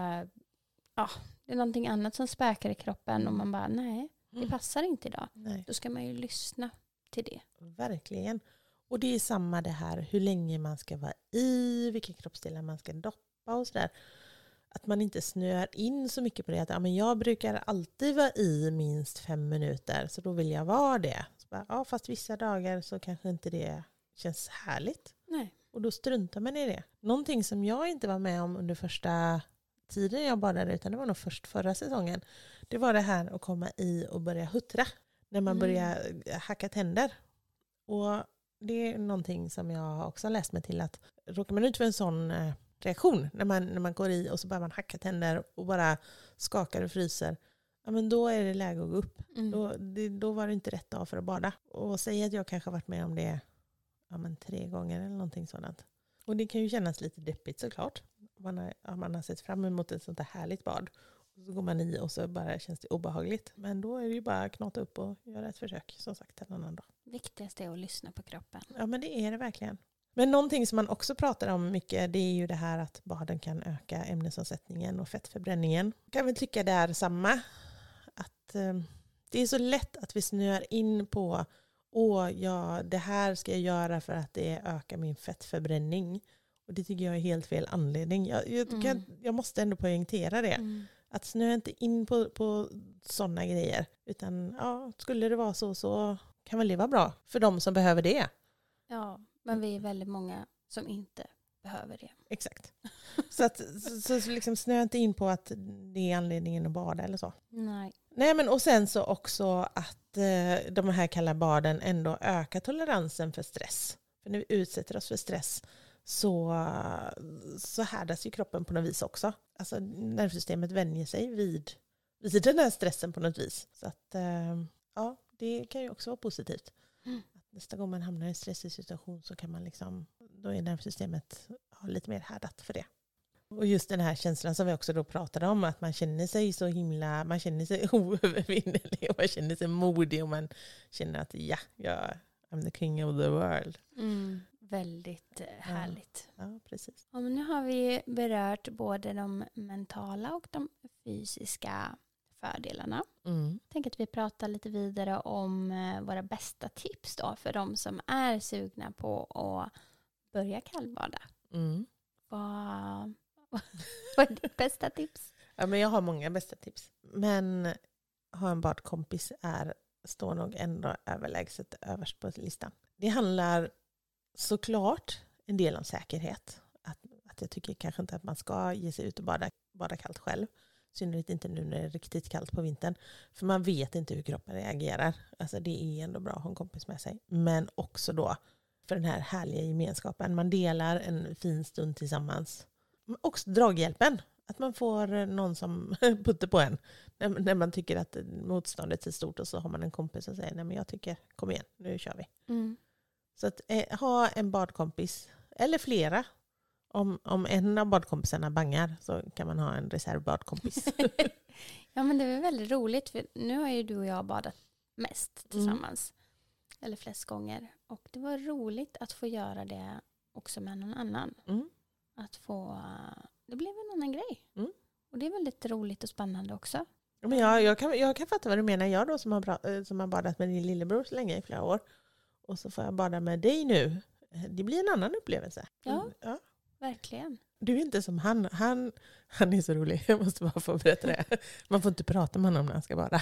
ja, det är någonting annat som späkar i kroppen och man bara nej, det passar inte idag. Nej. Då ska man ju lyssna till det. Verkligen. Och det är samma det här hur länge man ska vara i, vilka kroppsdelar man ska doppa och sådär. Att man inte snöar in så mycket på det. Att ja, men jag brukar alltid vara i minst fem minuter så då vill jag vara det. Så bara, ja, fast vissa dagar så kanske inte det känns härligt. Nej. Och då struntar man i det. Någonting som jag inte var med om under första tiden jag badade, utan det var nog först förra säsongen. Det var det här att komma i och börja huttra. När man Mm. börjar hacka tänder. Och det är någonting som jag också har läst mig till, att råkar man ut för en sån eh, reaktion när man, när man går i och så börjar man hacka tänder och bara skakar och fryser, ja, men då är det läge att gå upp. Mm. Då, det, då var det inte rätt dag för att bada. Och säg att jag kanske har varit med om det ja, men tre gånger eller någonting sådant. Och det kan ju kännas lite deppigt såklart. Man har, ja, man har sett fram emot ett sånt här härligt bad. Och så går man i och så bara känns det obehagligt. Men då är det ju bara att knata upp och göra ett försök, som sagt, en annan dag. Viktigast är att lyssna på kroppen. Ja, men det är det verkligen. Men någonting som man också pratar om mycket, det är ju det här att baden kan öka ämnesomsättningen och fettförbränningen. Jag kan väl tycka det är samma. Att eh, det är så lätt att vi snöar in på åh, ja, det här ska jag göra för att det ökar min fettförbränning. Och det tycker jag är helt fel anledning. Jag, jag, Mm. kan, jag måste ändå poängtera det. Mm. Att snöa inte in på, på sådana grejer. Utan ja, skulle det vara så så kan väl det vara bra för de som behöver det. Ja, men vi är väldigt många som inte behöver det. Exakt. Så, att, så, så liksom snöa inte in på att det är anledningen att bada eller så. Nej. Nej, men och sen så också att eh, de här kalla baden ändå ökar toleransen för stress. För när vi utsätter oss för stress så, så härdas ju kroppen på något vis också. Alltså nervsystemet vänjer sig vid, vid den här stressen på något vis. Så att eh, ja, det kan ju också vara positivt. Mm. Att nästa gång man hamnar i en stressig situation så kan man liksom, då är nervsystemet ja, lite mer härdat för det. Och just den här känslan som vi också då pratade om, att man känner sig så himla, man känner sig oövervinnelig och man känner sig modig och man känner att ja, jag I'm the king of the world. Mm. Väldigt eh, härligt. Ja, precis. Ja, men nu har vi berört både de mentala och de fysiska fördelarna. Mm. Jag tänker att vi pratar lite vidare om eh, våra bästa tips då för de som är sugna på att börja kallbada. Mm. Vad, vad är ditt bästa tips? Ja, men jag har många bästa tips. Men ha en badkompis är, står nog ändå överlägset överst på listan. Det handlar såklart en del om säkerhet. Att, att jag tycker kanske inte att man ska ge sig ut och bada, bada kallt själv. Synnerligt inte nu när det är riktigt kallt på vintern. För man vet inte hur kroppen reagerar. Alltså det är ändå bra att ha en kompis med sig. Men också då för den här härliga gemenskapen. Man delar en fin stund tillsammans. Också draghjälpen. Att man får någon som puttar på en. När, när man tycker att motståndet är stort och så har man en kompis som säger nej men jag tycker, kom igen, nu kör vi. Mm. Så att eh, ha en badkompis, eller flera. Om, om en av badkompisarna bangar så kan man ha en reservbadkompis. Ja, men det är väldigt roligt för nu har ju du och jag badat mest tillsammans. Mm. Eller flest gånger. Och det var roligt att få göra det också med någon annan. Mm. Att få, det blev en annan grej. Mm. Och det är väldigt roligt och spännande också. Men jag, jag, kan, jag kan fatta vad du menar. Jag då som har, bra, som har badat med din lillebror så länge i flera år. Och så får jag bada med dig nu. Det blir en annan upplevelse. Ja, mm, ja. Verkligen. Du är inte som han. han. Han är så rolig. Jag måste bara få berätta det. Man får inte prata med honom när han ska bada.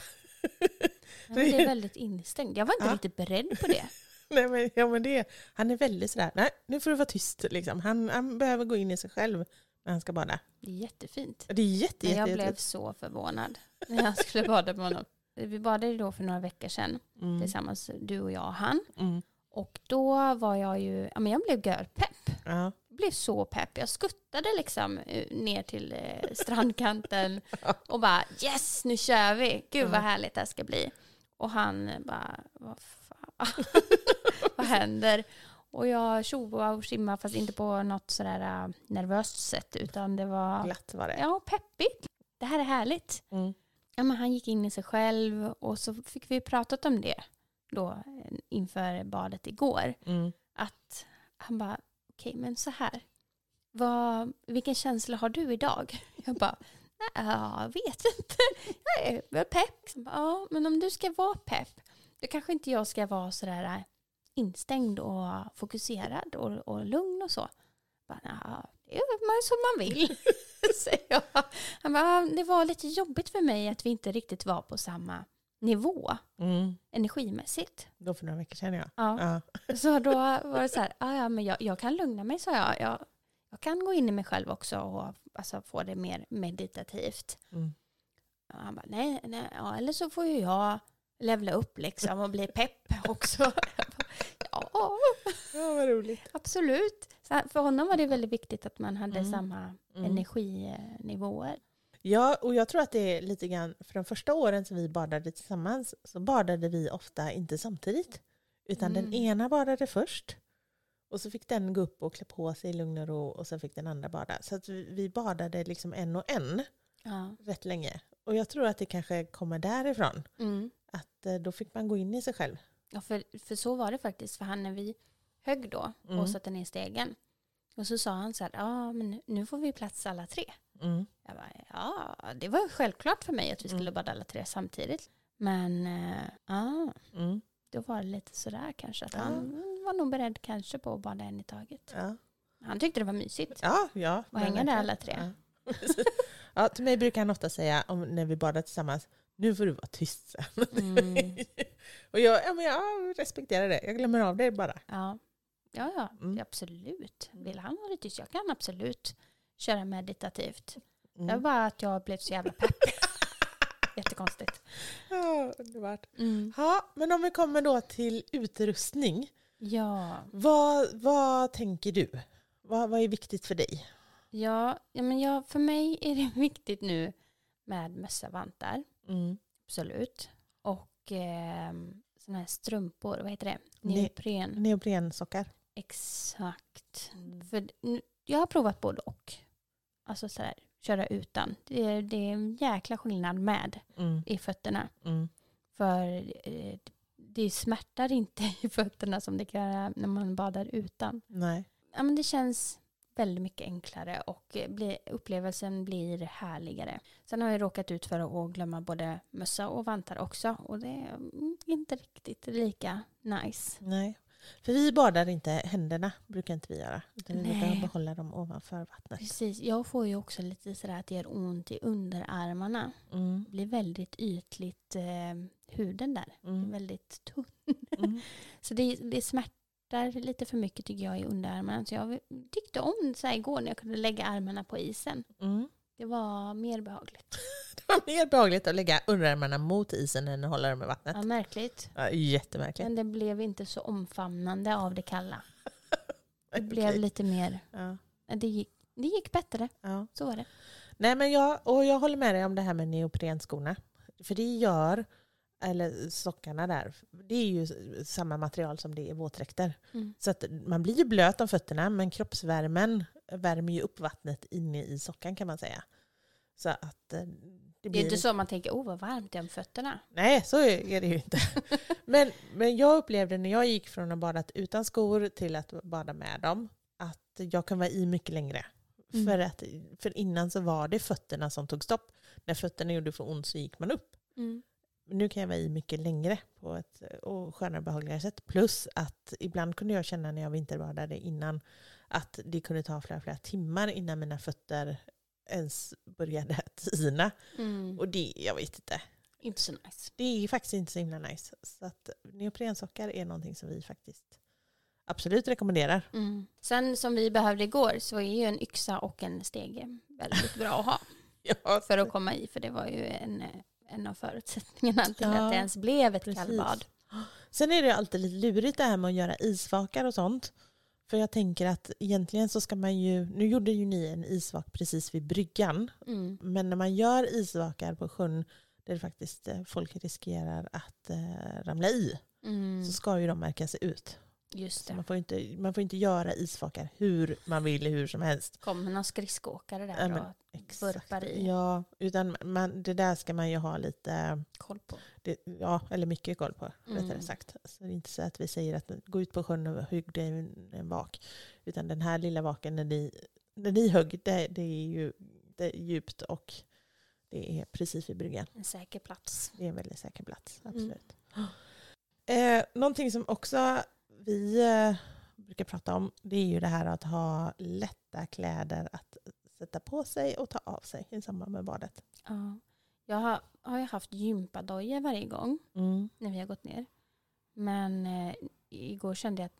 Ja, det är väldigt instängt. Jag var inte ja. riktigt beredd på det. Nej, men, ja, men det, han är väldigt sådär. Nej, nu får du vara tyst. Liksom. Han, han behöver gå in i sig själv när han ska bada. Det är jättefint. Det är jätte, Men jag jätte, blev jätte. så förvånad när jag skulle bada med honom. Vi badade då för några veckor sedan. Mm. Tillsammans, du och jag och han. Mm. Och då var jag ju, ja men jag blev görpepp. Ja. Jag blev så pepp. Jag skuttade liksom ner till eh, strandkanten och bara yes, nu kör vi. Gud vad härligt det här ska bli. Och han bara, vad fan, vad händer? Och jag tjoade och simmade fast inte på något sådär uh, nervöst sätt. Utan det var... Glatt var det. Ja, peppigt. Det här är härligt. Mm. Ja, men han gick in i sig själv och så fick vi pratat om det då inför badet igår. Mm. Att han bara, okej okay, men så här. Vad, vilken känsla har du idag? Jag bara, nej, jag vet inte. Jag är väl pepp. Ja, men om du ska vara pepp, då kanske inte jag ska vara sådär instängd och fokuserad och, och lugn och så. Bara, ja, det är man som man vill, säger jag. Han bara, det var lite jobbigt för mig att vi inte riktigt var på samma nivå Mm. energimässigt. Då för några veckor sedan, ja. Ja. Ja. Så då var det så här, ja, ja men jag, jag kan lugna mig, så jag. jag. Jag kan gå in i mig själv också och alltså, få det mer meditativt. Mm. Och han bara, nej, nej ja, eller så får ju jag levla upp liksom och bli pepp också. Ja, Ja, vad roligt. absolut. Så för honom var det väldigt viktigt att man hade Mm. samma Mm. energinivåer. Ja, och jag tror att det är lite grann, för de första åren som vi badade tillsammans så badade vi ofta inte samtidigt. Utan Mm. den ena badade först. Och så fick den gå upp och klä på sig i lugn och ro och så fick den andra bada. Så att vi, vi badade liksom en och en Ja. rätt länge. Och jag tror att det kanske kommer därifrån. Mm. Att eh, då fick man gå in i sig själv. Ja, för, för så var det faktiskt. För han när vi högg då och Mm. satte ner stegen. Och så sa han så här, ja men nu får vi plats alla tre. Mm. Jag bara, ja, det var självklart för mig att vi skulle Mm. bada alla tre samtidigt. Men eh, ja, Mm. då var det lite sådär kanske. Att Ja. han var nog beredd kanske på att bada en i taget. Ja. Han tyckte det var mysigt. Ja, ja. Och hänga där alla tre. Ja. Ja, till mig brukar han ofta säga om, när vi badar tillsammans, nu får du vara tyst sen. Mm. Och jag, ja, men jag respekterar det. Jag glömmer av det bara. Ja, ja, ja Mm. absolut. Vill han ha det tyst? Jag kan absolut köra meditativt. Det var Mm. bara att jag blev så jävla pepp. Jättekonstigt. Ja, underbart. Mm. Ja, men om vi kommer då till utrustning. Ja. Vad, vad tänker du? Vad, vad är viktigt för dig? Ja, ja, men jag, för mig är det viktigt nu med mössa, vantar. Mm. Absolut. Och eh, såna här strumpor, vad heter det? Ne- Neopren. Neoprensockar. Exakt. Mm. För n- jag har provat både och. Alltså så här, köra utan. Det är, det är en jäkla skillnad med Mm. i fötterna. Mm. För eh, det smärtar inte i fötterna som det kan göra när man badar utan. Nej. Ja, men det känns väldigt mycket enklare och eh, blir, upplevelsen blir härligare. Sen har jag råkat ut för att glömma både mössa och vantar också. Och det är mm, inte riktigt lika nice. Nej. För vi badar inte händerna, brukar inte vi göra. Utan vi Nej. brukar behålla dem ovanför vattnet. Precis, jag får ju också lite sådär att det gör ont i underarmarna. Mm. Det blir väldigt ytligt eh, huden där. Det är Mm. väldigt tunn. Mm. Så det, det smärtar lite för mycket tycker jag i underarmarna. Så jag tyckte om så här igår när jag kunde lägga armarna på isen. Mm. Det var mer behagligt. Det var mer behagligt att lägga underarmarna mot isen än att hålla dem i vattnet. Ja, märkligt. Ja, jättemärkligt. Men det blev inte så omfamnande av det kalla. Det Okej. blev lite mer... Ja. Det gick, det gick bättre. Ja. Så var det. Nej, men jag, och jag håller med dig om det här med neoprenskorna. För det gör, eller sockarna där, det är ju samma material som det är våtdräkter. Mm. Så att man blir ju blöt om fötterna, men kroppsvärmen värmer ju upp vattnet inne i sockan kan man säga. Så att eh, det Det blir... är inte så man tänker, oh vad varmt det är om fötterna. Nej, så är det ju inte. men, men jag upplevde när jag gick från att bada utan skor till att bada med dem, att jag kan vara i mycket längre. Mm. För, att, för innan så var det fötterna som tog stopp. När fötterna gjorde för ont så gick man upp. Mm. Nu kan jag vara i mycket längre på ett och skönare behagligare sätt. Plus att ibland kunde jag känna när jag vinterbadade innan att det kunde ta flera, flera timmar innan mina fötter ens började tina. Mm. Och det, jag vet inte. Inte så nice. Det är faktiskt inte så himla nice. Så att neoprensockar är någonting som vi faktiskt absolut rekommenderar. Mm. Sen som vi behövde igår så är ju en yxa och en stege väldigt bra att ha Ja, för att komma i. För det var ju en, en av förutsättningarna till Ja, att det ens blev ett precis. kallbad. Sen är det alltid lite lurigt det här med att göra isvakar och sånt. För jag tänker att egentligen så ska man ju, nu gjorde ju ni en isvak precis vid bryggan. Mm. Men när man gör isvakar på sjön där det faktiskt eh, folk riskerar att eh, ramla i, Mm. så ska ju de märka sig ut. Just Så det. man får inte, man får inte göra isvakar hur man vill, hur som helst. Kommer någon skridskoåkare där Ja, men och exakt. burpar i? Ja, utan man, det där ska man ju ha lite Koll på. det, ja, eller mycket koll på, Mm. rättare sagt. Så det är inte så att vi säger att gå ut på sjön och hugg dig en, en vak. Utan den här lilla vaken när ni, när ni högg, det, det är ju det är djupt och det är precis vid bryggan. En säker plats. Det är en väldigt säker plats, Mm. absolut. Eh, någonting som också vi eh, brukar prata om, det är ju det här att ha lätta kläder att sätta på sig och ta av sig i samband med badet. Ja. Jag har, har ju haft gympadojor varje gång Mm. när vi har gått ner. Men eh, igår kände jag att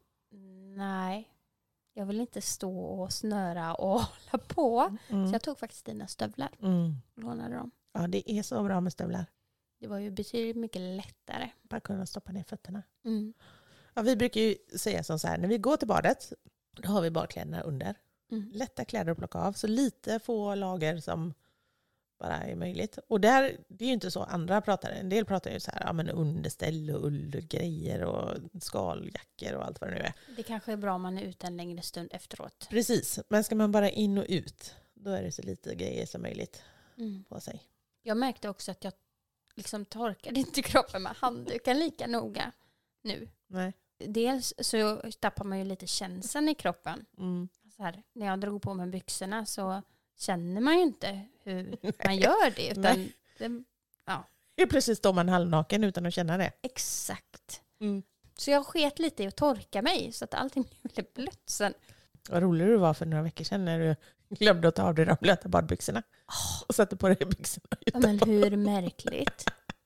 nej, jag vill inte stå och snöra och hålla på. Mm. Så jag tog faktiskt dina stövlar Mm. och lånade dem. Ja, det är så bra med stövlar. Det var ju betydligt mycket lättare. Bara kunna stoppa ner fötterna. Mm. Ja, vi brukar ju säga som så här, när vi går till badet, då har vi badkläderna under. Mm. Lätta kläder att plocka av, så lite få lager som bara är möjligt. Och där, det är ju inte så andra pratar. En del pratar ju så här, ja, men underställ och ullgrejer och skaljackor och allt vad det nu är. Det kanske är bra om man är ute en längre stund efteråt. Precis, men ska man bara in och ut, då är det så lite grejer som möjligt Mm. på sig. Jag märkte också att jag liksom torkade inte kroppen med handduken lika noga nu. Nej. Dels så tappar man ju lite känseln i kroppen. Mm. Så här, när jag drog på mig byxorna så känner man ju inte hur man gör det. Utan det Helt plötsligt står man halvnaken utan att känna det. exakt. Mm. Så jag sket lite i att torka mig så att allting blev blött sen. Vad rolig du var för några veckor sedan när du glömde att ta av dig de blöta badbyxorna. Och satte på dig byxorna Ja, men hur märkligt.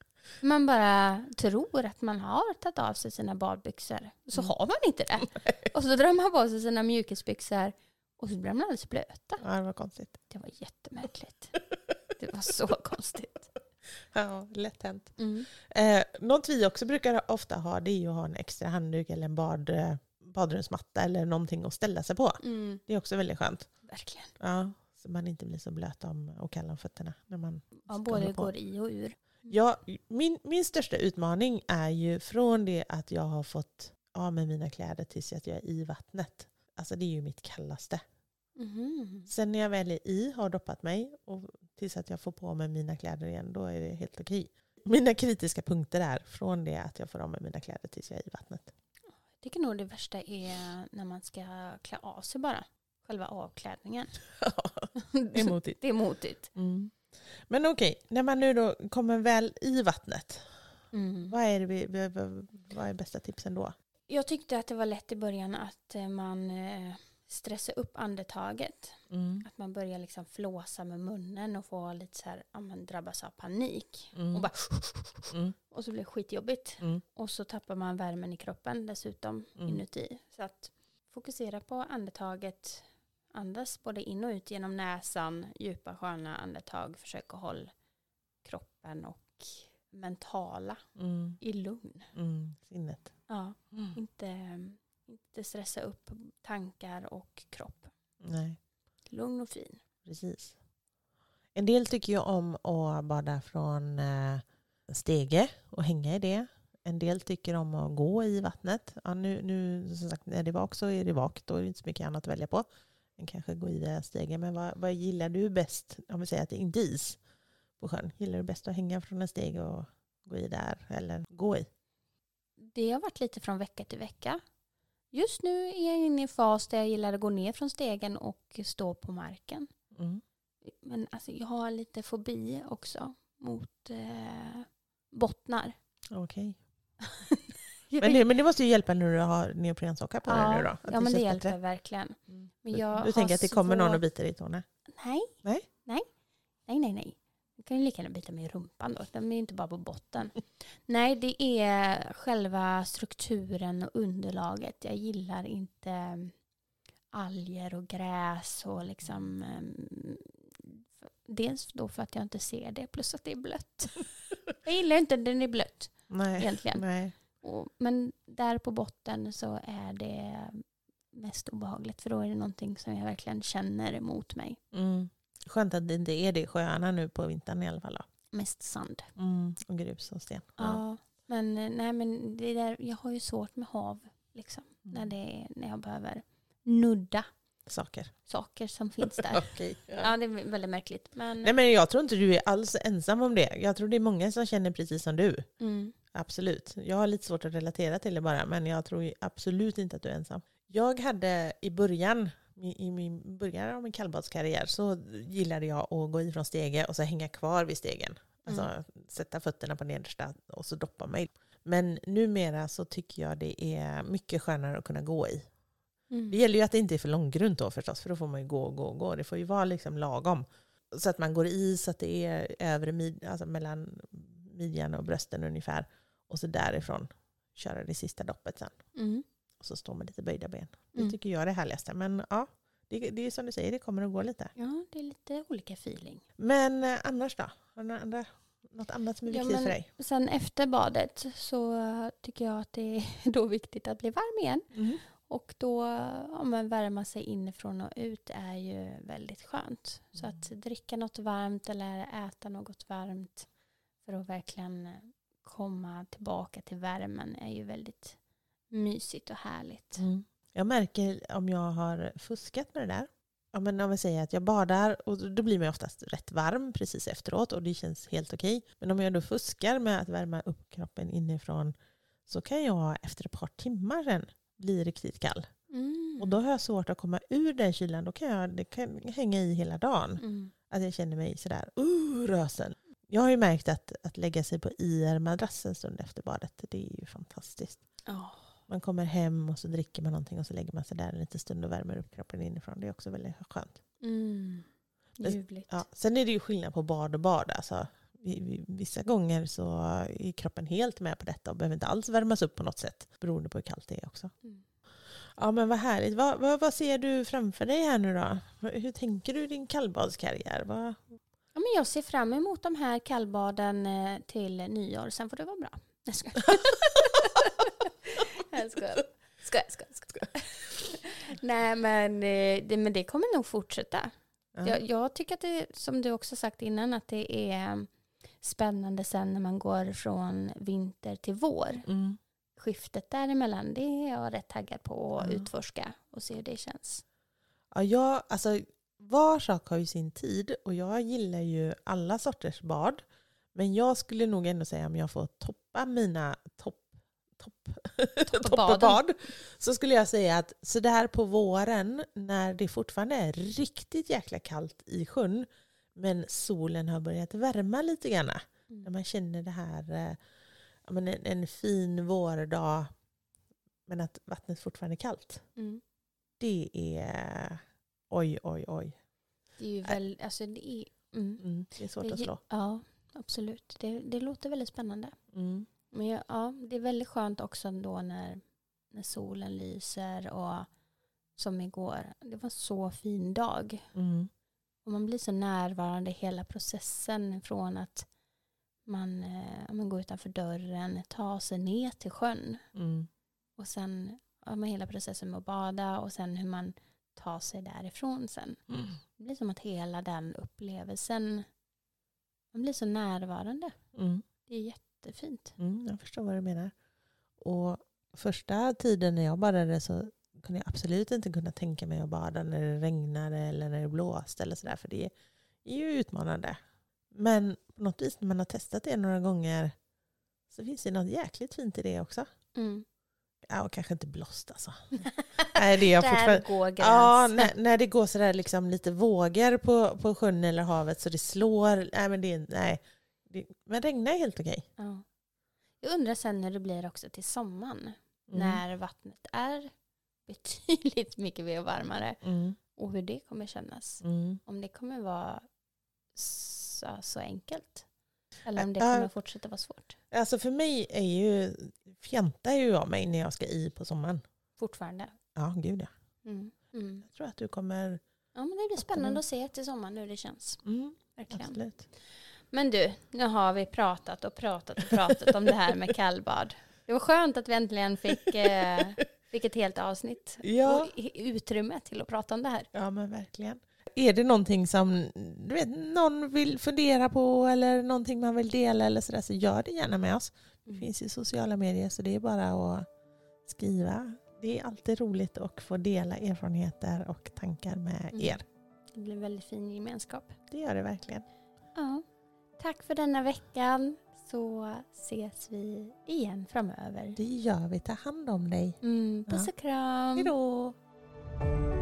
Man bara tror att man har tagit av sig sina badbyxor. Så Mm. har man inte det. Och så drar man på sig sina mjukisbyxor. Och så blir man alldeles blöta. Ja, det var konstigt. Det var jättemärkligt. Det var så konstigt. Ja, lätt hänt. Mm. Eh, något vi också brukar ofta ha, det är ju att ha en extra handduk eller en bad, eh, badrumsmatta eller någonting att ställa sig på. Mm. Det är också väldigt skönt. Verkligen. Ja, så man inte blir så blöt om och kall om fötterna när man Ja, ska både hålla på. går i och ur. Ja, min, min största utmaning är ju från det att jag har fått av med mina kläder tills att jag är i vattnet. Alltså det är ju mitt kallaste. Mhm. Sen när jag väl är i, har doppat mig och tills att jag får på mig mina kläder igen, då är det helt okej. Mina kritiska punkter är från det att jag får av mig mina kläder tills jag är i vattnet. Jag tycker nog det värsta är när man ska klä av sig bara. Själva avklädningen. Det är motigt. Det är motigt. Mm. Men okej, när man nu då kommer väl i vattnet, Mm. vad är, det vi, vi- vi- vad är bästa tipsen då? Jag tyckte att det var lätt i början att eh, man eh, stressar upp andetaget. Mm. Att man börjar liksom flåsa med munnen och få lite så här, ja, man drabbas av panik. Mm. Och bara, Mm. och så blir det skitjobbigt. Mm. Och så tappar man värmen i kroppen dessutom Mm. inuti. Så att fokusera på andetaget. Andas både in och ut genom näsan. Djupa sköna andetag. Försök att hålla kroppen och mentala Mm. i lugn. Mm. Sinnet. Ja, Mm. inte, inte stressa upp tankar och kropp. Nej, Lugn och fin. precis. En del tycker ju om att bada från eh, stege och hänga i det. En del tycker om att gå i vattnet. Ja, nu, nu som sagt, när det är vak så är det vak. Då är det inte så mycket annat att välja på. En kanske gå i via stegen. Men vad, vad gillar du bäst? Om vi säger att det inte är is på sjön. Gillar du bäst att hänga från en steg och gå i där? Eller gå i? Det har varit lite från vecka till vecka. Just nu är jag inne i en fas där jag gillar att gå ner från stegen och stå på marken. Mm. Men alltså, jag har lite fobi också mot eh, bottnar. Okej. Jag Men vet- det, men det måste ju hjälpa när du har neoprensockar på dig ja, nu då? Att ja, men det känns hjälper bättre. verkligen. Mm. Men Du- jag du tänker har att det kommer någon svårt- och biter i tårna? Nej. Nej. Nej. Nej, nej, nej. Du kan ju lika gärna bita mig i rumpan då. Den är ju inte bara på botten. Nej, det är själva strukturen och underlaget. Jag gillar inte alger och gräs och liksom... Um, dels då för att jag inte ser det, plus att det är blött. Jag gillar inte att den är blött Nej. egentligen. Nej. Och, men där på botten så är det mest obehagligt. För då är det någonting som jag verkligen känner emot mig. Mm. Skönt att det inte är det i sjöarna nu på vintern i alla fall. Då. Mest sand. Mm. Och grus och sten. Ja, men, nej, men det där, jag har ju svårt med hav. Liksom. när, det, när jag behöver nudda Saker. saker som finns där. Okay, ja. Ja, det är väldigt märkligt. Men... Nej, men jag tror inte du är alls ensam om det. Jag tror det är många som känner precis som du. Mm. Absolut. Jag har lite svårt att relatera till det bara, men jag tror absolut inte att du är ensam. Jag hade i början, i min början av min kallbadskarriär, så gillade jag att gå ifrån stege och så hänga kvar vid stegen. Alltså mm. sätta fötterna på nedersta och så doppa mig. Men numera så tycker jag det är mycket skönare att kunna gå i. Mm. Det gäller ju att det inte är för långgrunt då förstås, för då får man ju gå och gå och gå. Det får ju vara liksom lagom. Så att man går i så att det är övre mid, alltså mellan midjan och brösten ungefär. Och så därifrån köra det sista doppet sen. Mm. Och så står man lite böjda ben. Det mm. tycker jag är det härligaste. Men ja, det, det är som du säger, det kommer att gå lite. Ja, det är lite olika feeling. Men eh, annars då? Har du andra, något annat som är viktigt ja, för dig? Sen efter badet så tycker jag att det är då viktigt att bli varm igen. Mm. Och då ja, men värma sig inifrån och ut är ju väldigt skönt. Mm. Så att dricka något varmt eller äta något varmt för att verkligen komma tillbaka till värmen är ju väldigt mysigt och härligt. Mm. Jag märker om jag har fuskat med det där. Ja, men om jag säger att jag badar och då blir man oftast rätt varm precis efteråt och det känns helt okej. Men om jag då fuskar med att värma upp kroppen inifrån så kan jag efter ett par timmar sen bli riktigt kall. Mm. Och då har jag svårt att komma ur den kylan. Då kan jag det kan hänga i hela dagen. Mm. Att jag känner mig sådär, uh, rösen. Jag har ju märkt att, att lägga sig på I R-madrass en stund efter badet, det är ju fantastiskt. Oh. Man kommer hem och så dricker man någonting och så lägger man sig där en liten stund och värmer upp kroppen inifrån. Det är också väldigt skönt. Mm. Ljuvligt. Ja, sen är det ju skillnad på bad och bad. Alltså, vissa gånger så är kroppen helt med på detta och behöver inte alls värmas upp på något sätt. Beroende på hur kallt det är också. Mm. Ja, men vad härligt. Vad, vad, vad ser du framför dig här nu då? Hur tänker du din kallbadskarriär? Vad... Ja, men jag ser fram emot de här kallbaden till nyår. Sen får det vara bra. Jag ska. jag ska. Ska, ska, ska, ska. Nej, men det, men det kommer nog fortsätta. Uh-huh. Jag, jag tycker att det, som du också sagt innan, att det är spännande sen när man går från vinter till vår. Mm. Skiftet däremellan, det är jag rätt taggad på att uh-huh. utforska och se hur det känns. Ja, jag, alltså var sak har ju sin tid och jag gillar ju alla sorters bad. Men jag skulle nog ändå säga om jag får toppa mina topp topp toppbad så skulle jag säga att så där på våren när det fortfarande är riktigt jäkla kallt i sjön men solen har börjat värma lite grann. Mm. När man känner det här ja, men en, en fin vårdag men att vattnet fortfarande är kallt. Mm. Det är oj, oj, oj. Det är ju väl, alltså det är, mm. Mm, det är svårt det, att slå. Ja, absolut. Det, det låter väldigt spännande. Mm. Men ja, ja, det är väldigt skönt också då när, när solen lyser och som igår. Det var en så fin dag. Mm. Och man blir så närvarande i hela processen från att man, eh, man går utanför dörren, tar sig ner till sjön. Mm. Och sen ja, med hela processen med att bada och sen hur man tar sig därifrån sen. Mm. Det blir som att hela den upplevelsen, man blir så närvarande. Mm. Det är jättefint. Mm, jag förstår vad du menar. Och första tiden när jag badade så kunde jag absolut inte kunna tänka mig att bada när det regnade eller när det blåste eller sådär. För det är ju utmanande. Men på något vis när man har testat det några gånger så finns det något jäkligt fint i det också. Mm. Ja, och kanske inte blåst alltså. Nej, det är där går gränsen. Ja, när, när det går sådär liksom lite vågor på, på sjön eller havet så det slår. Nej, men det är nej. Det, men regnar är helt okej. Ja. Jag undrar sen när det blir också till sommaren. Mm. När vattnet är betydligt mycket mer varmare. Mm. Och hur det kommer kännas. Mm. Om det kommer vara så, så enkelt. Eller om det kommer att fortsätta vara svårt. Alltså för mig är ju, fjantar ju jag mig när jag ska i på sommaren. Fortfarande? Ja, gud ja. Mm. Mm. Jag tror att du kommer... Ja, men det blir spännande att se till sommaren hur det känns. Mm. Verkligen. Absolut. Men du, nu har vi pratat och pratat och pratat om det här med kallbad. Det var skönt att vi äntligen fick, eh, fick ett helt avsnitt. Ja. Och utrymme till att prata om det här. Ja, men verkligen. Är det någonting som du vet, någon vill fundera på eller någonting man vill dela eller sådär, så gör det gärna med oss. Det finns ju sociala medier så det är bara att skriva det är alltid roligt att få dela erfarenheter och tankar med Mm. er. Det blir väldigt fin gemenskap. Det gör det verkligen. Ja. Tack för denna veckan. Så ses vi igen framöver. Det gör vi. Ta hand om dig. Mm, puss Ja. och kram. Hej då!